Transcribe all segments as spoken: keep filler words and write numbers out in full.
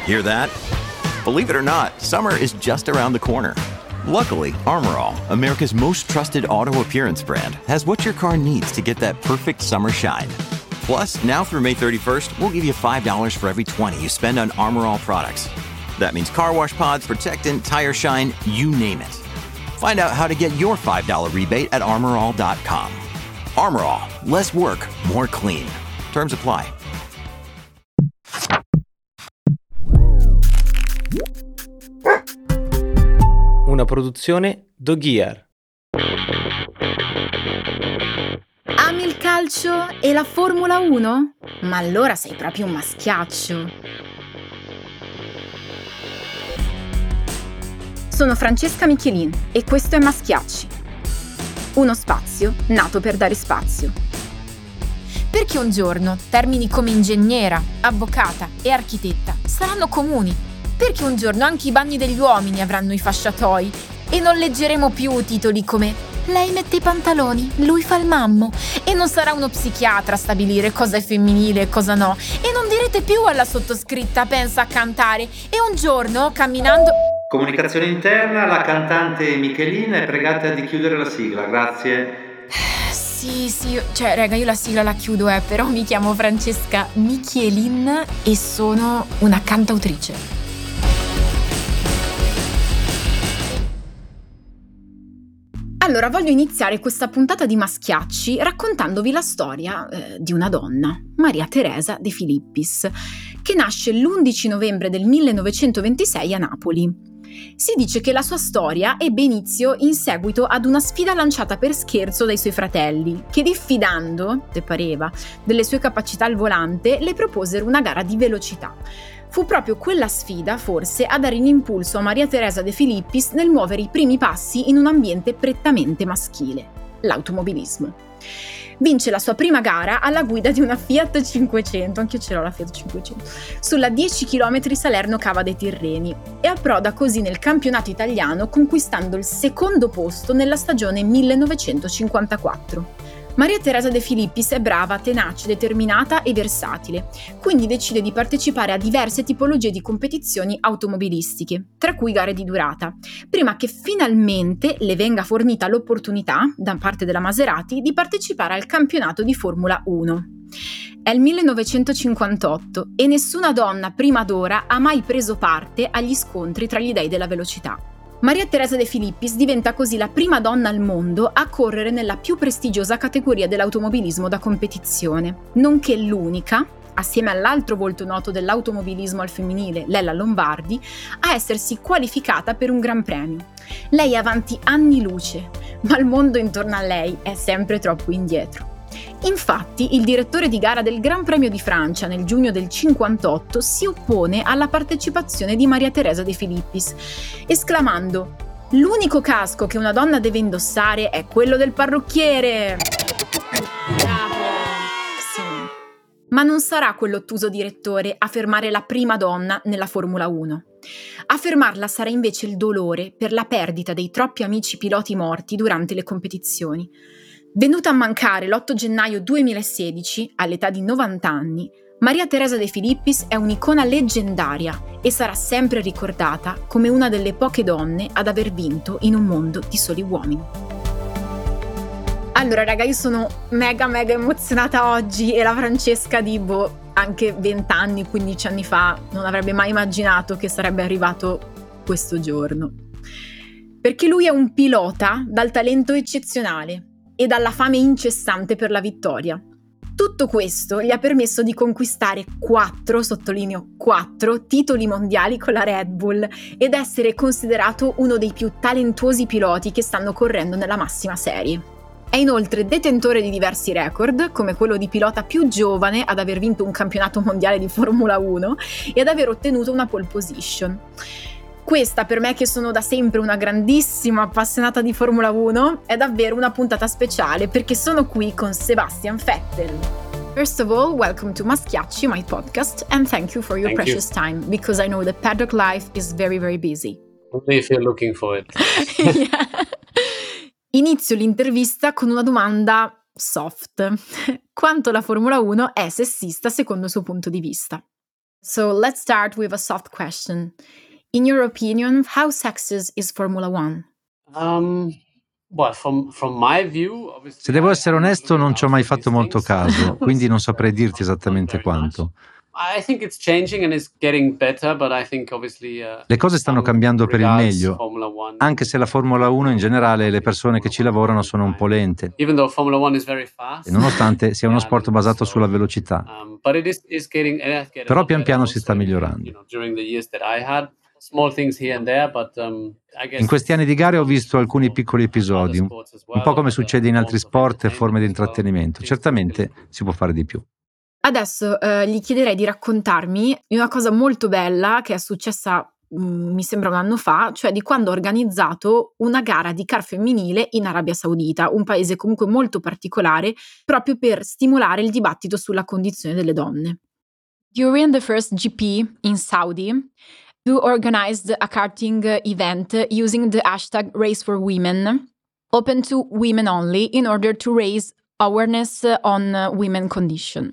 Hear that? Believe it or not, summer is just around the corner. Luckily, Armor All, America's most trusted auto appearance brand, has what your car needs to get that perfect summer shine. Plus, now through May thirty-first, we'll give you five dollars for every twenty you spend on Armor All products. That means car wash pods, protectant, tire shine, you name it. Find out how to get your five dollars rebate at armor all dot com. Armor All, less work, more clean. Terms apply. Una produzione Dog Ear. Ami il calcio e la Formula uno? Ma allora sei proprio un maschiaccio. Sono Francesca Michelin e questo è Maschiacci. Uno spazio nato per dare spazio. Perché un giorno termini come ingegnera, avvocata e architetta saranno comuni. Perché un giorno anche i bagni degli uomini avranno i fasciatoi e non leggeremo più titoli come "Lei mette i pantaloni, lui fa il mammo" e non sarà uno psichiatra a stabilire cosa è femminile e cosa no e non direte più alla sottoscritta "pensa a cantare" e un giorno camminando... Comunicazione interna, la cantante Michelin è pregata di chiudere la sigla, grazie. Sì, sì, cioè raga io la sigla la chiudo eh, però mi chiamo Francesca Michelin e sono una cantautrice. Allora, voglio iniziare questa puntata di Maschiacci raccontandovi la storia eh, di una donna, Maria Teresa De Filippis, che nasce l'undici novembre del millenovecentoventisei a Napoli. Si dice che la sua storia ebbe inizio in seguito ad una sfida lanciata per scherzo dai suoi fratelli, che diffidando, te pareva, delle sue capacità al volante, le proposero una gara di velocità. Fu proprio quella sfida, forse, a dare un impulso a Maria Teresa De Filippis nel muovere i primi passi in un ambiente prettamente maschile, l'automobilismo. Vince la sua prima gara alla guida di una Fiat cinquecento, anche io ce l'ho la Fiat cinquecento, sulla dieci chilometri Salerno-Cava dei Tirreni e approda così nel campionato italiano conquistando il secondo posto nella stagione millenovecentocinquantaquattro. Maria Teresa De Filippis è brava, tenace, determinata e versatile, quindi decide di partecipare a diverse tipologie di competizioni automobilistiche, tra cui gare di durata, prima che finalmente le venga fornita l'opportunità, da parte della Maserati, di partecipare al campionato di Formula uno. È il millenovecentocinquantotto e nessuna donna prima d'ora ha mai preso parte agli scontri tra gli dei della velocità. Maria Teresa De Filippis diventa così la prima donna al mondo a correre nella più prestigiosa categoria dell'automobilismo da competizione, nonché l'unica, assieme all'altro volto noto dell'automobilismo al femminile, Lella Lombardi, a essersi qualificata per un gran premio. Lei è avanti anni luce, ma il mondo intorno a lei è sempre troppo indietro. Infatti, il direttore di gara del Gran Premio di Francia nel giugno del cinquantotto si oppone alla partecipazione di Maria Teresa De Filippis, esclamando: "L'unico casco che una donna deve indossare è quello del parrucchiere!" Bravo! Sì. Ma non sarà quell'ottuso direttore a fermare la prima donna nella Formula uno. A fermarla sarà invece il dolore per la perdita dei troppi amici piloti morti durante le competizioni. Venuta a mancare l'otto gennaio duemilasedici, all'età di novanta anni, Maria Teresa De Filippis è un'icona leggendaria e sarà sempre ricordata come una delle poche donne ad aver vinto in un mondo di soli uomini. Allora raga, io sono mega mega emozionata oggi e la Francesca di boh, anche venti anni, quindici anni fa non avrebbe mai immaginato che sarebbe arrivato questo giorno. Perché lui è un pilota dal talento eccezionale e dalla fame incessante per la vittoria. Tutto questo gli ha permesso di conquistare quattro, sottolineo quattro, titoli mondiali con la Red Bull ed essere considerato uno dei più talentuosi piloti che stanno correndo nella massima serie. È inoltre detentore di diversi record, come quello di pilota più giovane ad aver vinto un campionato mondiale di Formula uno e ad aver ottenuto una pole position. Questa, per me che sono da sempre una grandissima appassionata di Formula uno, è davvero una puntata speciale perché sono qui con Sebastian Vettel. First of all, welcome to Maschiacci, my podcast, and thank you for your Thank precious you. time, because I know the paddock life is very, very busy. Only if you're looking for it. Yeah. Inizio l'intervista con una domanda soft. Quanto la Formula uno è sessista secondo il suo punto di vista? So let's start with a soft question. In your opinion, how sexist is Formula One? Um, well, from, from my view, obviously, Se devo I- essere I'm not onesto, looking non ci ho out mai for fatto these molto things. caso, quindi non saprei Not- dirti not esattamente very much. quanto. I think it's changing and it's getting better, but I think obviously uh, Le cose stanno in some cambiando per il regards, meglio, Formula One, anche se la Formula uno in generale e le persone che ci lavorano sono un po' lente, even though Formula One is very fast, e nonostante sia uno yeah, I sport mean, basato so, sulla velocità. um, but it is, is getting, it has get a Però lot pian better piano si also sta in- migliorando. you know, during the years that I had. Small things here and there, but um, I guess In questi anni di it's gare ho not visto alcuni for piccoli other episodi, un sports as un well, po' come other succede in altri forms of sport e forme di entertainment as well. intrattenimento. Things can still Certamente improve. si può fare di più. Adesso eh, gli chiederei di raccontarmi di una cosa molto bella che è successa, mm, mi sembra un anno fa, cioè di quando ha organizzato una gara di car femminile in Arabia Saudita, un paese comunque molto particolare, proprio per stimolare il dibattito sulla condizione delle donne. During the first G P in Saudi, you organized a karting event using the hashtag Race for Women, open to women only, in order to raise awareness on uh, women condition.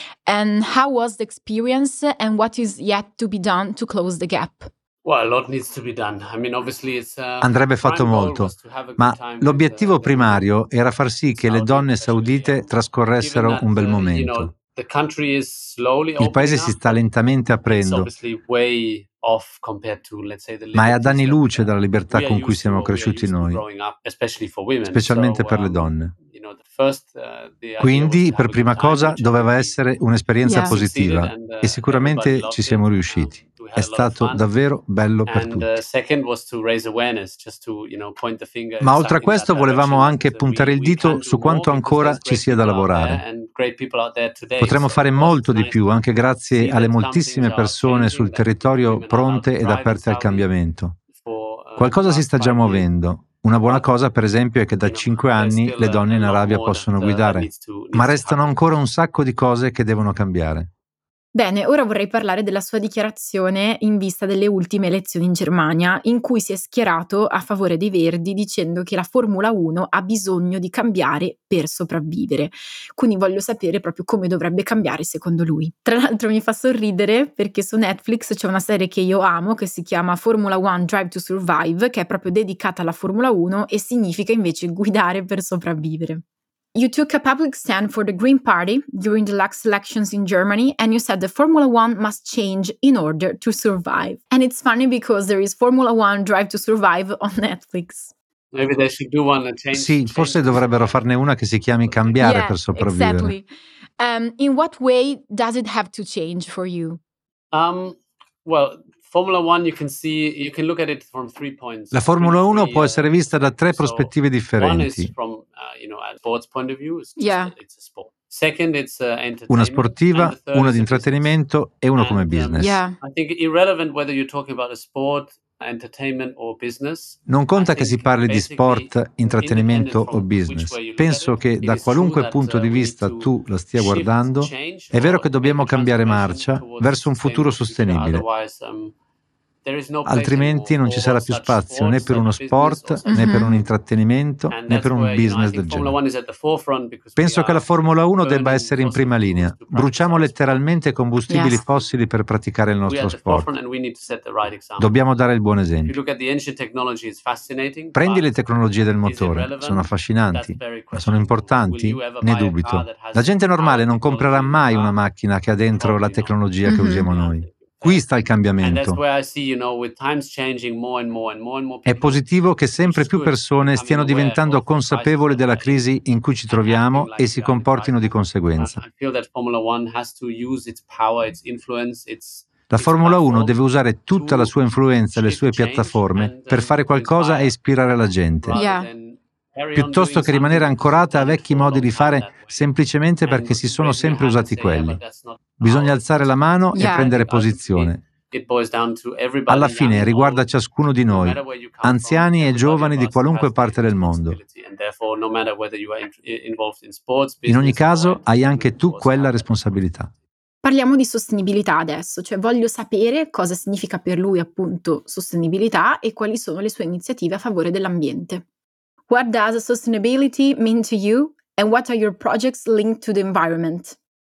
And how was the experience and what is yet to be done to close the gap? Well, a lot needs to be done. I mean, obviously it's, uh, Andrebbe fatto prime goal molto, was to have a good ma time with, l'obiettivo uh, the women primario era far sì in che le Saudi, donne especially, saudite um, trascorressero given un bel that, uh, you momento. know, the country is slowly Il paese opening si up, sta but lentamente it's aprendo, obviously way off compared to, let's say, the ma è a liberties danni that, luce uh, dalla libertà we are con cui used to siamo or we are cresciuti used to noi, growing up, especially for women. specialmente So, per le um, donne. you know, the first, uh, the idea was Quindi, to per have a good prima time, cosa, which I doveva think we essere un'esperienza Yeah. succeeded positiva and, uh, e everybody sicuramente loved ci it. siamo Um, riusciti. we È had a lot of stato fun. davvero bello per And uh, tutti. second was to raise awareness, just to, you know, point the finger Ma in, oltre a in that questo volevamo direction anche that uh, puntare we, il we dito can do su more quanto because ancora there's ci great sia da people out there lavorare. and great people out there today. Potremmo So fare of course molto it's di nice più, to anche grazie see alle that some moltissime things are persone sul changing, that territorio women are allowed pronte to ed drive in aperte al Saudi cambiamento. for um, Qualcosa si last sta già five years. muovendo. Una buona But, cosa, per esempio, è che da you know, cinque there's anni still le a, donne a in lot Arabia more that, possono uh, that guidare, needs to, ma needs to restano happen. ancora un sacco di cose che devono cambiare. Bene, ora vorrei parlare della sua dichiarazione in vista delle ultime elezioni in Germania, in cui si è schierato a favore dei Verdi dicendo che la Formula uno ha bisogno di cambiare per sopravvivere. Quindi voglio sapere proprio come dovrebbe cambiare secondo lui. Tra l'altro mi fa sorridere perché su Netflix c'è una serie che io amo che si chiama Formula One Drive to Survive, che è proprio dedicata alla Formula uno e significa invece guidare per sopravvivere. You took a public stand for the Green Party during the last elections in Germany, and you said the Formula One must change in order to survive. And it's funny because there is Formula One Drive to Survive on Netflix. Maybe they should do one and change. Sì, change forse to dovrebbero survive. farne una che si chiami Cambiare Yeah, per sopravvivere. exactly. Um, in what way does it have to change for you? Um, well, Formula One, you can see, you can look at it from three points. La Formula uno three, può uh, essere vista da tre perspectives. prospettive So, one is differenti. from, uh, you know, a sports point of view. It's just Yeah. a, it's a sport. Second, it's uh, entertainment. Una And sportiva, the third una is di a business. intrattenimento e uno come And, um, business. Yeah. I think irrelevant whether you're talking about a sport, entertainment or business. Non conta I che si think parli di basically, sport, intrattenimento independent o from which business. way you look at Penso it, che it da is true qualunque that punto uh, di we need vista to tu la stia shift, guardando, change, è vero or che dobbiamo make a cambiare transformation marcia towards a verso un futuro sustainable future. sostenibile. Otherwise, um, there is no place Altrimenti anymore non ci for sarà più such spazio né sports, per such uno business or sport, such né per un Mhm. intrattenimento, And né that's per un where, you know, I business think del Formula genere. One is at the forefront because we Penso che la are Formula uno debba burning essere in fossil prima fuels linea. to practice Bruciamo our sport. letteralmente combustibili Yes. fossili per praticare il We are nostro at the forefront sport. and we need to set the right example. Dobbiamo dare il buon If you esempio. look at the ancient technology, it's fascinating, Prendi le but tecnologie del is it motore, relevant? sono That's affascinanti, very ma sono questionable. Will importanti? you ever Ne buy a car dubito. that has La gente normale our non comprerà technology in the mai una car? macchina che ha dentro la Probably not. tecnologia che Mhm. usiamo Yeah, noi. thank you. Qui sta il And that's cambiamento. where I see, you know, with times changing more and more and more and more È people, positivo che sempre which is più good, persone becoming stiano aware diventando of the crisis consapevoli that della we are in crisi in cui ci and acting troviamo like e si we are in a comportino di crisis. Uh, conseguenza. I feel that Formula One has to use its power, its influence, its La its Formula uno platform deve usare tutta la to sua influenza e le shift sue change piattaforme and per um, fare to qualcosa e inspire ispirare la gente, rather Yeah. than carry on piuttosto doing che rimanere something because ancorata a we've done it vecchi for a modi long di time fare that way semplicemente perché and si sono raising your sempre hand and usati say, yeah, quelli. but that's not Bisogna our alzare la responsibility. mano e Yeah. I prendere think ultimately posizione. it boils down to everybody, Alla young fine and riguarda old, ciascuno di no noi, matter where you come from, anziani e everybody giovani of di us qualunque has the parte del mondo. responsibility and therefore no matter whether you are in, involved in sports, In ogni business or caso, hai anche entertainment, tu you also quella have that responsabilità. responsibility. Parliamo di sostenibilità adesso, cioè voglio sapere cosa significa per lui appunto sostenibilità e quali sono le sue iniziative a favore dell'ambiente. What does sustainability mean to you and what are your projects linked to the environment?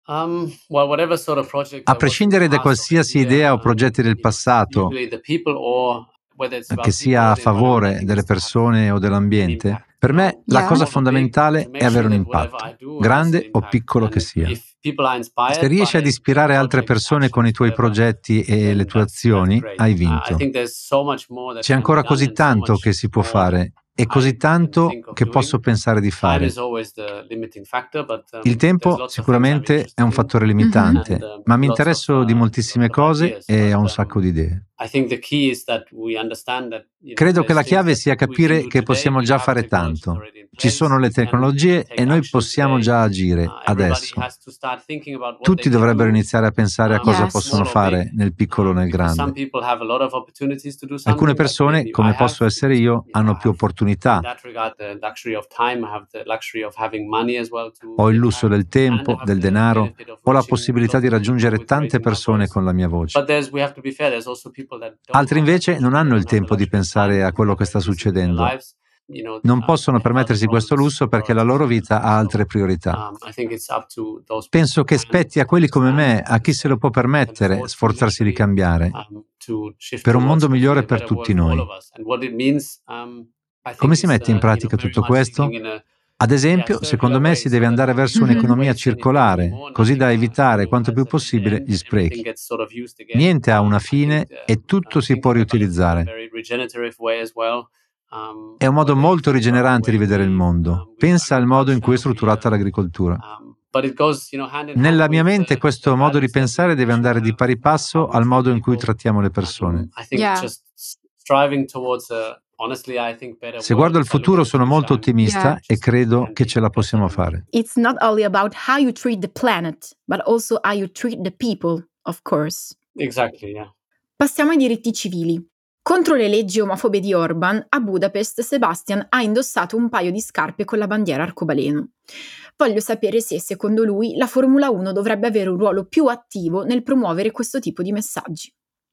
Um, well, whatever sort of project A there was in prescindere the da past or qualsiasi here, idea o um, progetti del you know, passato, usually the people or whether it's about che people sia or a the environment, I favore think delle is to have persone o an dell'ambiente, impact. per You me know, la Yeah. cosa small or big, fondamentale to è make avere sure un that whatever I impatto, do has an grande o impact. piccolo che And sia. if people are Se inspired riesci ad by ispirare altre projects, persone con i actions, tuoi whatever, progetti e le then tue that's that's azioni, great. hai Uh, I vinto. think there's so much more that C'è can be ancora done così and so tanto che much si può more fare e così I can tanto think of che posso doing. pensare di Time fare. is always the limiting factor, but um, Il there's tempo lots of things I'm sicuramente è interested un in fattore Mhm. limitante, and um, ma mi lots of interesso uh, di lots moltissime of cose ideas. e ho But un sacco um, di idee. I think the key is that we understand that you know Credo che there's la things chiave that sia we can capire do che today. possiamo We già have fare technologies tanto. already in Ci sono place. le We can tecnologie take e noi action possiamo today. già agire Uh, everybody adesso. has to start thinking about what Tutti they can dovrebbero do, iniziare a pensare a um, cosa Yes. possono small or big, fare nel piccolo o um, nel because some grande. people have a lot of opportunities to do Alcune something, like persone, maybe I come have. posso essere io, You know, hanno I più have in opportunità. that regard the luxury of time. I have the luxury of having money as well to Ho il lusso impact, del and I tempo, have del the denaro, benefit of ho la reaching possibilità lots di of people raggiungere with tante raising my persone voice. con la mia voce. But there's we have to be fair. There's also people that don't Altri have that invece luxury. non hanno They il don't have the tempo di luxury of time pensare a because quello they're che sta very busy with their succedendo. lives. You know, Non um, possono they have other permettersi questo problems, lusso perché la priorities loro in vita life. ha So altre priorità. um, I think it's up to those Penso people che who can spetti a quelli come understand me, a and chi se lo può can permettere, afford to sforzarsi di literally cambiare um, to shift per un towards mondo hopefully migliore a per better tutti world for all noi. of us. And what it means, um, I Come think si is mette in uh, you know pratica very tutto much thinking questo? in a Ad yeah, esempio, circular secondo me way, si so deve that andare we verso Mhm. don't un'economia waste anything anymore. circolare, così Nothing da uh, you evitare know quanto has più an, an possibile end. gli Everything sprechi. gets sort of used again. Niente ha Um, una I think fine uh, e tutto uh, si può thinking about it in a riutilizzare. very regenerative way as well. Um, È un modo whether you molto think about the rigenerante di way vedere il we mondo. um, we do Pensa al modo in cui è agriculture, we strutturata uh, l'agricoltura. um, but it goes, you know, hand in hand Nella mia with mente the, questo the modo di values that pensare we deve should andare di have, pari uh, passo how we al treat modo in cui people. trattiamo le persone. Um, I think Yeah. just s- striving towards a honestly, I think better Se guardo world. il If I look futuro at the sono future, molto I'm ottimista Yeah. e just think we credo can che be ce la better possiamo and fare. It's not only about how you treat the planet, but also how you treat the people, of course. exactly, yeah. Passiamo ai diritti civili. Contro le leggi omofobe di Orban, a Budapest Sebastian ha indossato un paio di scarpe con la bandiera arcobaleno. Voglio sapere se, secondo lui, la Formula uno dovrebbe avere un ruolo più attivo nel promuovere questo tipo di messaggi.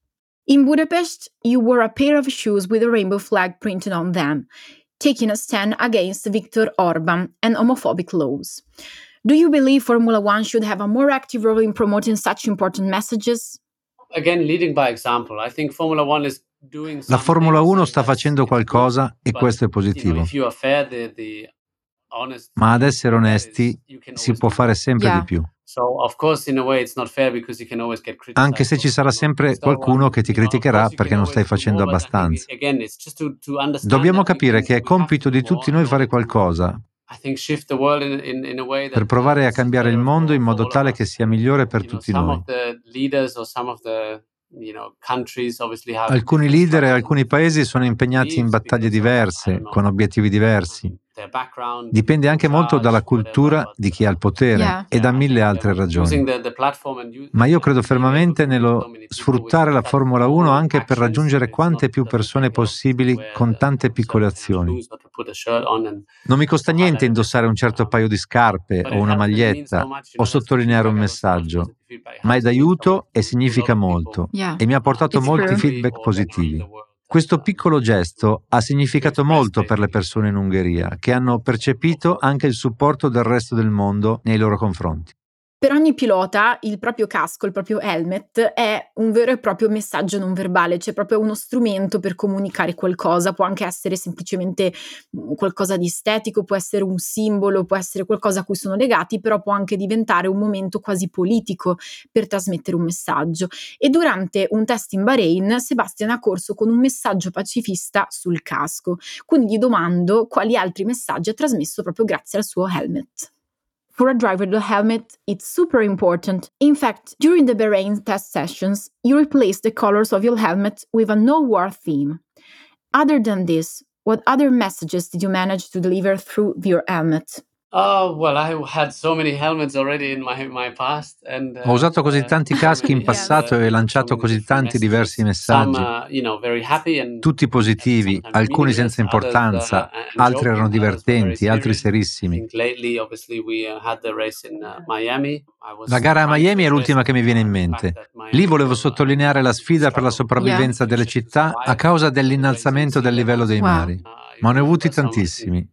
In Budapest, you wore a pair of shoes with a rainbow flag printed on them, taking a stand against Viktor Orban and homophobic laws. Do you believe Formula One should have a more active role in promoting such important messages? Again, leading by example. I think Formula One is doing La something, Formula uno so sta that's facendo it's good. qualcosa e But questo è you know, positivo. if you are fair, the the honest Ma ad view essere for that is onesti you can si always può do fare more. sempre Yeah. di più. So of course, in a way, it's not fair because you can always get criticized. Anche se ci for, sarà you know, sempre so, qualcuno um, che ti you know, of criticherà course you perché can non stai always do facendo more, but I think abbastanza. again, it's just to to understand Dobbiamo that we capire can che è we have to compito do di more tutti in noi order fare to qualcosa I think shift the world in, in, in a way per that provare uh, a is cambiare il better mondo in for, for modo all of tale che us. sia And migliore per you know, tutti some noi. of the leaders or some of the you know countries obviously have Alcuni different leader e struggles and alcuni different paesi sono impegnati in beliefs battaglie because of I diverse, don't con know obiettivi diversi. um, their background, Dipende who anche molto charge, dalla whatever. cultura But di chi ha il uh, potere Yeah. e da yeah, I mille think altre um, ragioni. using the, the platform and u- Ma io uh, credo being able fermamente to reach so nello many people sfruttare with la that Formula uno small anche per actions. raggiungere It's not quante più the, the persone big of to possibili wear con the, tante you know, piccole certain pair of azioni. shoes or to put a shirt on and Non mi costa to niente highlight a indossare un difference. certo Um, paio di scarpe but o it una helps and it means so maglietta much. You o know, that's the sottolineare un feedback. I got so much messaggio, positive feedback. It ma è helps me so d'aiuto much e to, to a significa lot of people molto Yeah. e mi ha um, portato It's molti true. feedback all around positivi. the world. Questo Um, piccolo gesto ha significato express molto per le basically persone in Ungheria, che hanno percepito anche il supporto del resto del mondo nei loro confronti. Per ogni pilota il proprio casco, il proprio helmet è un vero e proprio messaggio non verbale, cioè proprio uno strumento per comunicare qualcosa, può anche essere semplicemente qualcosa di estetico, può essere un simbolo, può essere qualcosa a cui sono legati, però può anche diventare un momento quasi politico per trasmettere un messaggio. E durante un test in Bahrain Sebastian ha corso con un messaggio pacifista sul casco, quindi gli domando quali altri messaggi ha trasmesso proprio grazie al suo helmet. For a driver, the helmet is super important. In fact, during the Bahrain test sessions, you replaced the colors of your helmet with a no-war theme. Other than this, what other messages did you manage to deliver through your helmet? Oh, well, I had so many helmets already in my, my past. And, uh, Ho usato così uh, tanti so caschi in many, passato uh, e so lanciato many così different tanti diversi messages. Some, messaggi, uh, you know, very happy and, tutti and positivi, sometimes alcuni meaningless, senza others, uh, importanza, and altri erano joking, others were very divertenti, altri serious. I serissimi. think lately, obviously, we uh, had the race in uh, Miami. I was La gara a trying to Miami è address l'ultima che mi viene in uh, the mente. fact that Miami Lì volevo will, uh, sottolineare la sfida per la struggle sopravvivenza to delle shift to città a survive causa with raising dell'innalzamento sea del livello levels. dei Wow. mari. Uh, ma ne ho avuti tantissimi.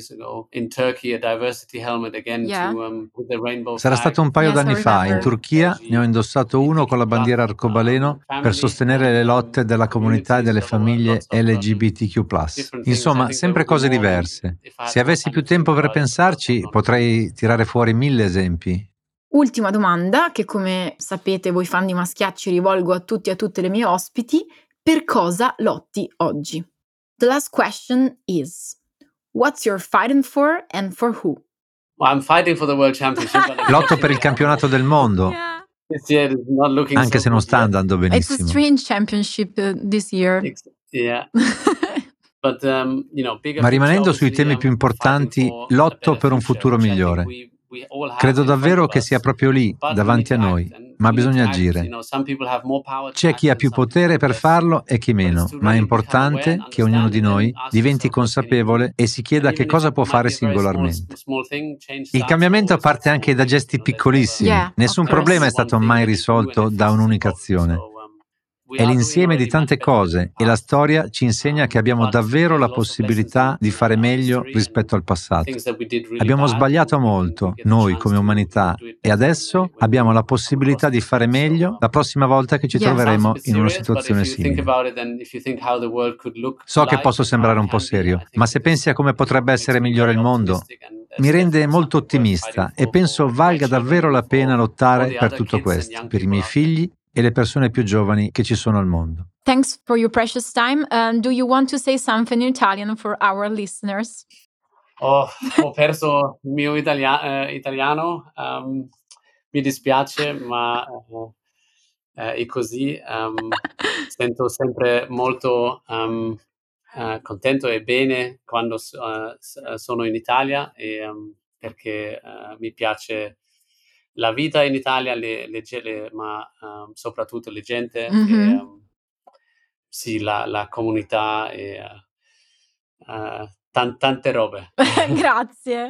Sarà stato un paio Yes, I d'anni fa, in remember. Turchia, ne ho indossato uno con la bandiera arcobaleno per sostenere le lotte della comunità e delle famiglie L G B T Q plus. Insomma, sempre cose diverse. Se avessi più tempo per pensarci, potrei tirare fuori mille esempi. Ultima domanda, che come sapete voi fan di Maschiacci rivolgo a tutti e a tutte le mie ospiti: per cosa lotti oggi? The last question is: what's your fighting for and for who? Well, I'm fighting for the world championship. but Lotto per il campionato del mondo, Yeah. This year is not looking anche so se non good sta yet. andando It's a benissimo. strange championship uh, this year. Ex- Yeah. But, um, you know, bigger Ma rimanendo picture, sui temi obviously, più I'm importanti, fighting for a lotto better per un future, futuro which I think migliore. we- we all have Credo in front davvero of che us. sia proprio lì, But we need davanti a to act, noi, and ma we need bisogna to act. You agire. know, some people have more power to C'è act chi ha and più some potere people per less. farlo e chi But it's meno, to ma è really become aware importante and che ognuno di understand noi and then ask diventi yourself, what can you do? consapevole e si chieda And che even cosa if può it might fare be a very small, singolarmente. small thing, change Il starts cambiamento always with parte anche small da things, gesti you know, there's piccolissimi. Yeah, Nessun of problema è course. stato mai risolto da un'unicazione. È l'insieme di tante cose e la storia ci insegna che abbiamo davvero la possibilità di fare meglio rispetto al passato. Abbiamo sbagliato molto, noi come umanità, e adesso abbiamo la possibilità di fare meglio la prossima volta che ci Yeah. troveremo in una situazione simile. So che posso sembrare un po' serio, ma se pensi a come potrebbe essere migliore il mondo, mi rende molto ottimista e penso valga davvero la pena lottare per tutto questo, per i miei figli e le persone più giovani che ci sono al mondo. Thanks for your precious time. Um, do you want to say something in Italian for our listeners? Oh, ho perso il mio italia- eh, italiano, um, mi dispiace, ma eh, è così. Um, sento sempre molto um, uh, contento e bene quando uh, sono in Italia, e, um, perché uh, mi piace la vita in Italia, le, le, le, ma um, soprattutto le gente, Mm-hmm. e, um, sì, la, la comunità e uh, uh, tan- tante robe. Grazie.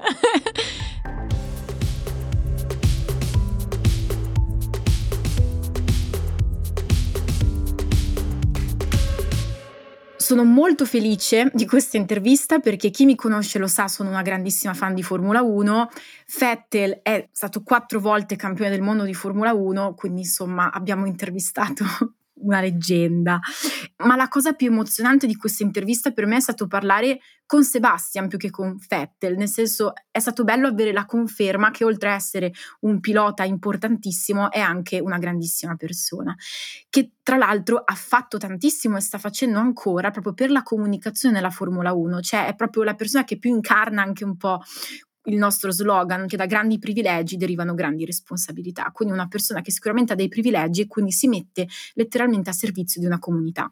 Sono molto felice di questa intervista perché chi mi conosce lo sa, sono una grandissima fan di Formula uno. Vettel è stato quattro volte campione del mondo di Formula uno, quindi insomma abbiamo intervistato una leggenda. Ma la cosa più emozionante di questa intervista per me è stato parlare con Sebastian più che con Vettel, nel senso è stato bello avere la conferma che oltre a essere un pilota importantissimo è anche una grandissima persona, che tra l'altro ha fatto tantissimo e sta facendo ancora proprio per la comunicazione nella Formula uno, cioè è proprio la persona che più incarna anche un po' il nostro slogan, che da grandi privilegi derivano grandi responsabilità, quindi una persona che sicuramente ha dei privilegi e quindi si mette letteralmente a servizio di una comunità.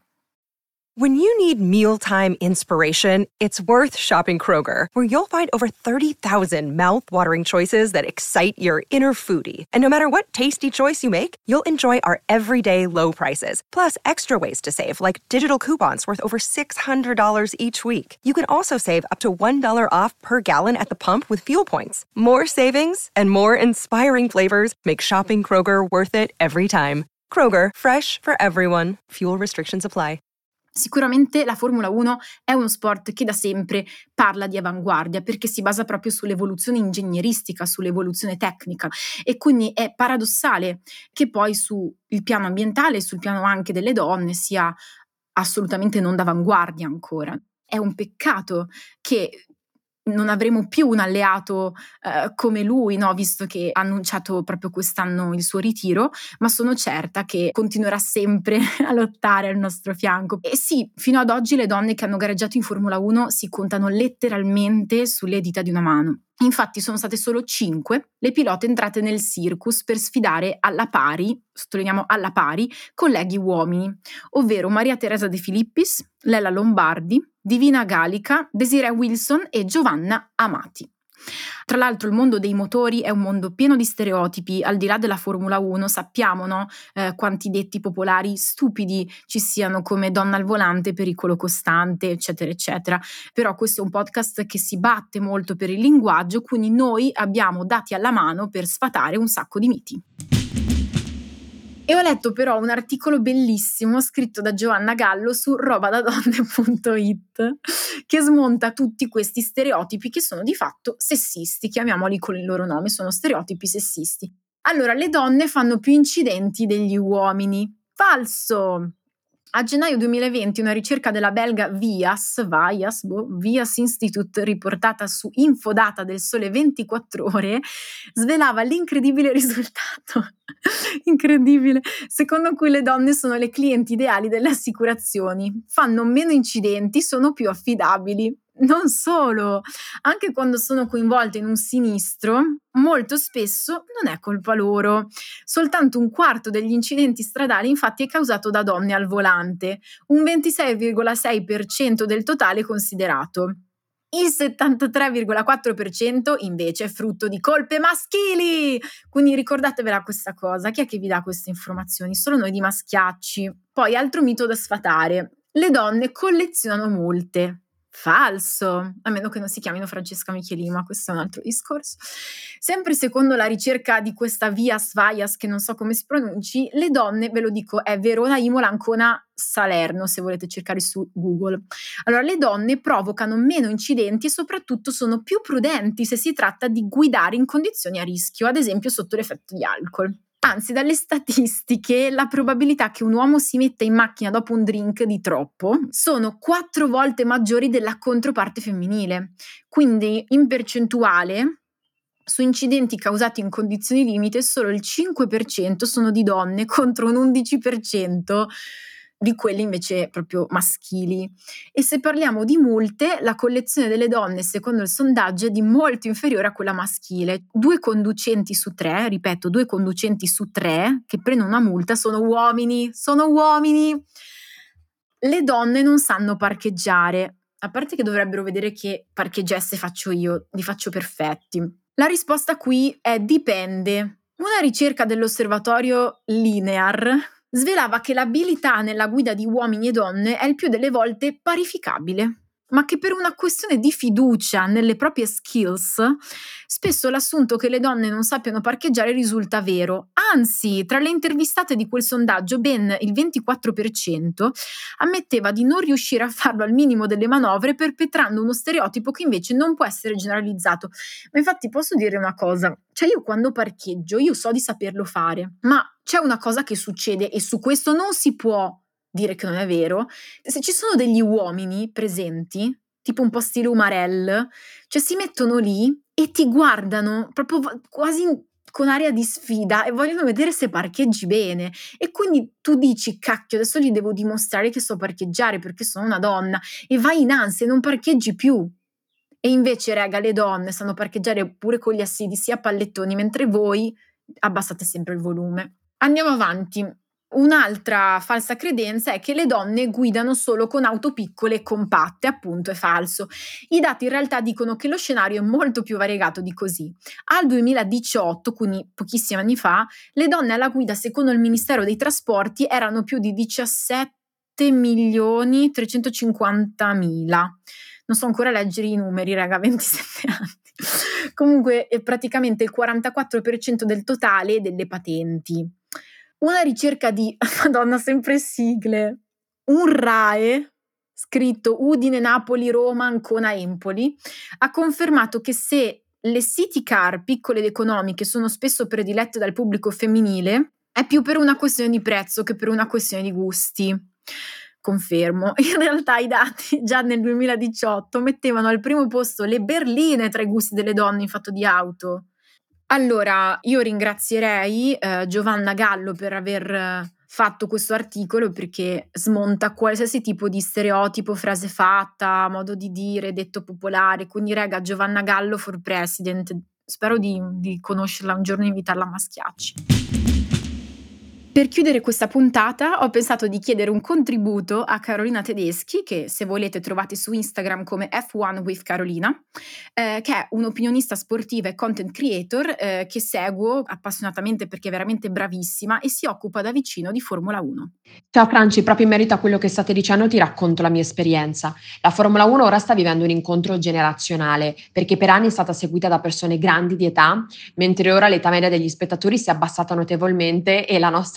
When you need mealtime inspiration, it's worth shopping Kroger, where you'll find over thirty thousand mouth-watering choices that excite your inner foodie. And no matter what tasty choice you make, you'll enjoy our everyday low prices, plus extra ways to save, like digital coupons worth over six hundred dollars each week. You can also save up to one dollar off per gallon at the pump with fuel points. More savings and more inspiring flavors make shopping Kroger worth it every time. Kroger, fresh for everyone. Fuel restrictions apply. Sicuramente la Formula uno è uno sport che da sempre parla di avanguardia perché si basa proprio sull'evoluzione ingegneristica, sull'evoluzione tecnica, e quindi è paradossale che poi sul piano ambientale e sul piano anche delle donne sia assolutamente non d'avanguardia ancora. È un peccato che non avremo più un alleato eh, come lui, no? Visto che ha annunciato proprio quest'anno il suo ritiro, ma sono certa che continuerà sempre a lottare al nostro fianco. E sì, fino ad oggi le donne che hanno gareggiato in Formula uno si contano letteralmente sulle dita di una mano. Infatti sono state solo cinque le pilote entrate nel circus per sfidare alla pari, sottolineiamo alla pari, colleghi uomini, ovvero Maria Teresa De Filippis, Lella Lombardi, Divina Gallica, Desiree Wilson e Giovanna Amati. Tra l'altro il mondo dei motori è un mondo pieno di stereotipi, al di là della Formula uno sappiamo, no, eh, quanti detti popolari stupidi ci siano come donna al volante, pericolo costante, eccetera eccetera, però questo è un podcast che si batte molto per il linguaggio, quindi noi abbiamo dati alla mano per sfatare un sacco di miti. E ho letto però un articolo bellissimo scritto da Giovanna Gallo su robadadonne punto it che smonta tutti questi stereotipi che sono di fatto sessisti, chiamiamoli con il loro nome, sono stereotipi sessisti. Allora, le donne fanno più incidenti degli uomini. Falso! A gennaio duemilaventi una ricerca della belga Vias, Vias, boh, Vias Institute, riportata su Infodata del Sole ventiquattro Ore, svelava l'incredibile risultato, incredibile, secondo cui le donne sono le clienti ideali delle assicurazioni, fanno meno incidenti, sono più affidabili. Non solo, anche quando sono coinvolte in un sinistro, molto spesso non è colpa loro. Soltanto un quarto degli incidenti stradali infatti è causato da donne al volante, un ventisei virgola sei per cento del totale considerato. Il settantatré virgola quattro per cento invece è frutto di colpe maschili. Quindi ricordatevela questa cosa. Chi è che vi dà queste informazioni? Solo noi di maschiacci. Poi altro mito da sfatare. Le donne collezionano multe. Falso, a meno che non si chiamino Francesca Michelini, ma questo è un altro discorso. Sempre secondo la ricerca di questa Vias Vias, che non so come si pronunci, le donne, ve lo dico, è Verona, Imola, Ancona, Salerno, se volete cercare su Google. Allora, le donne provocano meno incidenti e soprattutto sono più prudenti se si tratta di guidare in condizioni a rischio, ad esempio sotto l'effetto di alcol. Anzi, dalle statistiche, la probabilità che un uomo si metta in macchina dopo un drink di troppo sono quattro volte maggiori della controparte femminile. Quindi, in percentuale, su incidenti causati in condizioni limite, solo il cinque per cento sono di donne contro un undici per cento di quelli invece proprio maschili. E se parliamo di multe, la collezione delle donne, secondo il sondaggio, è di molto inferiore a quella maschile. Due conducenti su tre, ripeto, due conducenti su tre che prendono una multa sono uomini, sono uomini. Le donne non sanno parcheggiare, a parte che dovrebbero vedere che parcheggiasse faccio io, li faccio perfetti. La risposta qui è dipende. Una ricerca dell'osservatorio Linear svelava che l'abilità nella guida di uomini e donne è il più delle volte parificabile, ma che per una questione di fiducia nelle proprie skills, spesso l'assunto che le donne non sappiano parcheggiare risulta vero. Anzi, tra le intervistate di quel sondaggio, ben il ventiquattro per cento ammetteva di non riuscire a farlo al minimo delle manovre, perpetrando uno stereotipo che invece non può essere generalizzato. Ma infatti posso dire una cosa, cioè io quando parcheggio, io so di saperlo fare, ma c'è una cosa che succede e su questo non si può dire che non è vero. Se ci sono degli uomini presenti, tipo un po' stile Umarell, cioè si mettono lì e ti guardano proprio quasi con aria di sfida e vogliono vedere se parcheggi bene, e quindi tu dici cacchio adesso gli devo dimostrare che so parcheggiare perché sono una donna, e vai in ansia e non parcheggi più. E invece raga, le donne sanno parcheggiare pure con gli assidi sia pallettoni, mentre voi abbassate sempre il volume. Andiamo avanti. Un'altra falsa credenza è che le donne guidano solo con auto piccole e compatte, appunto è falso. I dati in realtà dicono che lo scenario è molto più variegato di così. Al duemiladiciotto, quindi pochissimi anni fa, le donne alla guida secondo il Ministero dei Trasporti erano più di diciassette milioni trecentocinquantamila. Non so ancora leggere i numeri, raga, ventisette anni. Comunque è praticamente il quarantaquattro per cento del totale delle patenti. Una ricerca di, madonna, sempre sigle, un R A E, scritto Udine, Napoli, Roma, Ancona, Empoli, ha confermato che se le city car piccole ed economiche sono spesso predilette dal pubblico femminile, è più per una questione di prezzo che per una questione di gusti. Confermo. In realtà i dati già nel duemiladiciotto mettevano al primo posto le berline tra i gusti delle donne in fatto di auto. Allora, io ringrazierei eh, Giovanna Gallo per aver fatto questo articolo, perché smonta qualsiasi tipo di stereotipo, frase fatta, modo di dire, detto popolare. Quindi, raga, Giovanna Gallo for president. Spero di, di conoscerla un giorno e invitarla a Maschiacci. Per chiudere questa puntata ho pensato di chiedere un contributo a Carolina Tedeschi, che se volete trovate su Instagram come F uno with Carolina, eh, che è un'opinionista sportiva e content creator eh, che seguo appassionatamente perché è veramente bravissima e si occupa da vicino di Formula uno. Ciao Franci, proprio in merito a quello che state dicendo ti racconto la mia esperienza. La Formula uno ora sta vivendo un incontro generazionale, perché per anni è stata seguita da persone grandi di età, mentre ora l'età media degli spettatori si è abbassata notevolmente e la nostra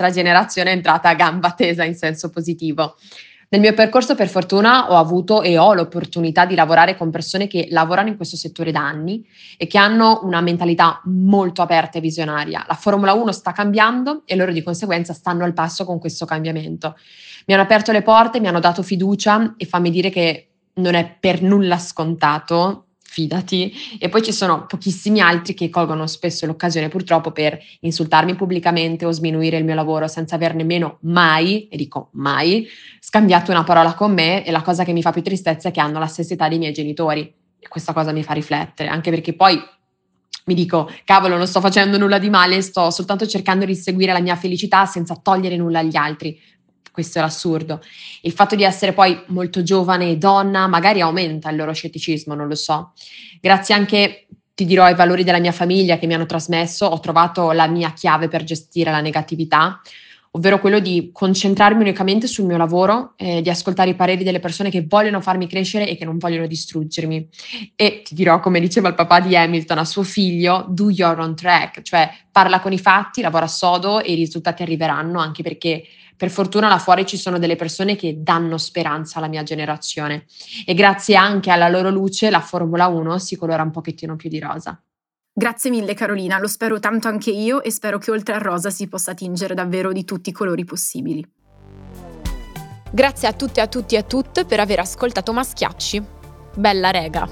nostra generazione è entrata a gamba tesa in senso positivo. Nel mio percorso, per fortuna, ho avuto e ho l'opportunità di lavorare con persone che lavorano in questo settore da anni e che hanno una mentalità molto aperta e visionaria. La Formula uno sta cambiando e loro di conseguenza stanno al passo con questo cambiamento. Mi hanno aperto le porte, mi hanno dato fiducia e fammi dire che non è per nulla scontato, fidati. E poi ci sono pochissimi altri che colgono spesso l'occasione purtroppo per insultarmi pubblicamente o sminuire il mio lavoro senza aver nemmeno mai, e dico mai, scambiato una parola con me, e la cosa che mi fa più tristezza è che hanno la stessa età dei miei genitori e questa cosa mi fa riflettere, anche perché poi mi dico, cavolo, non sto facendo nulla di male, sto soltanto cercando di seguire la mia felicità senza togliere nulla agli altri. Questo è l'assurdo. Il fatto di essere poi molto giovane e donna magari aumenta il loro scetticismo, non lo so. Grazie anche, ti dirò, ai valori della mia famiglia che mi hanno trasmesso, ho trovato la mia chiave per gestire la negatività, ovvero quello di concentrarmi unicamente sul mio lavoro, eh, di ascoltare i pareri delle persone che vogliono farmi crescere e che non vogliono distruggermi. E ti dirò, come diceva il papà di Hamilton a suo figlio, do your own track, cioè parla con i fatti, lavora sodo e i risultati arriveranno, anche perché per fortuna là fuori ci sono delle persone che danno speranza alla mia generazione e grazie anche alla loro luce la Formula uno si colora un pochettino più di rosa. Grazie mille Carolina, lo spero tanto anche io e spero che oltre al rosa si possa tingere davvero di tutti i colori possibili. Grazie a tutte, a tutti e a tutte per aver ascoltato Maschiacci. Bella rega!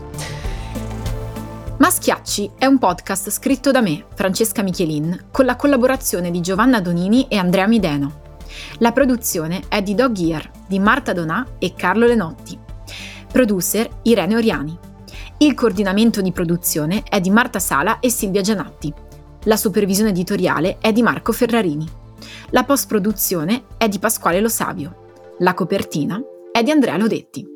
Maschiacci è un podcast scritto da me, Francesca Michelin, con la collaborazione di Giovanna Donini e Andrea Mideno. La produzione è di Dog Ear, di Marta Donà e Carlo Lenotti. Producer Irene Oriani. Il coordinamento di produzione è di Marta Sala e Silvia Gianatti. La supervisione editoriale è di Marco Ferrarini. La post-produzione è di Pasquale Lo Savio. La copertina è di Andrea Lodetti.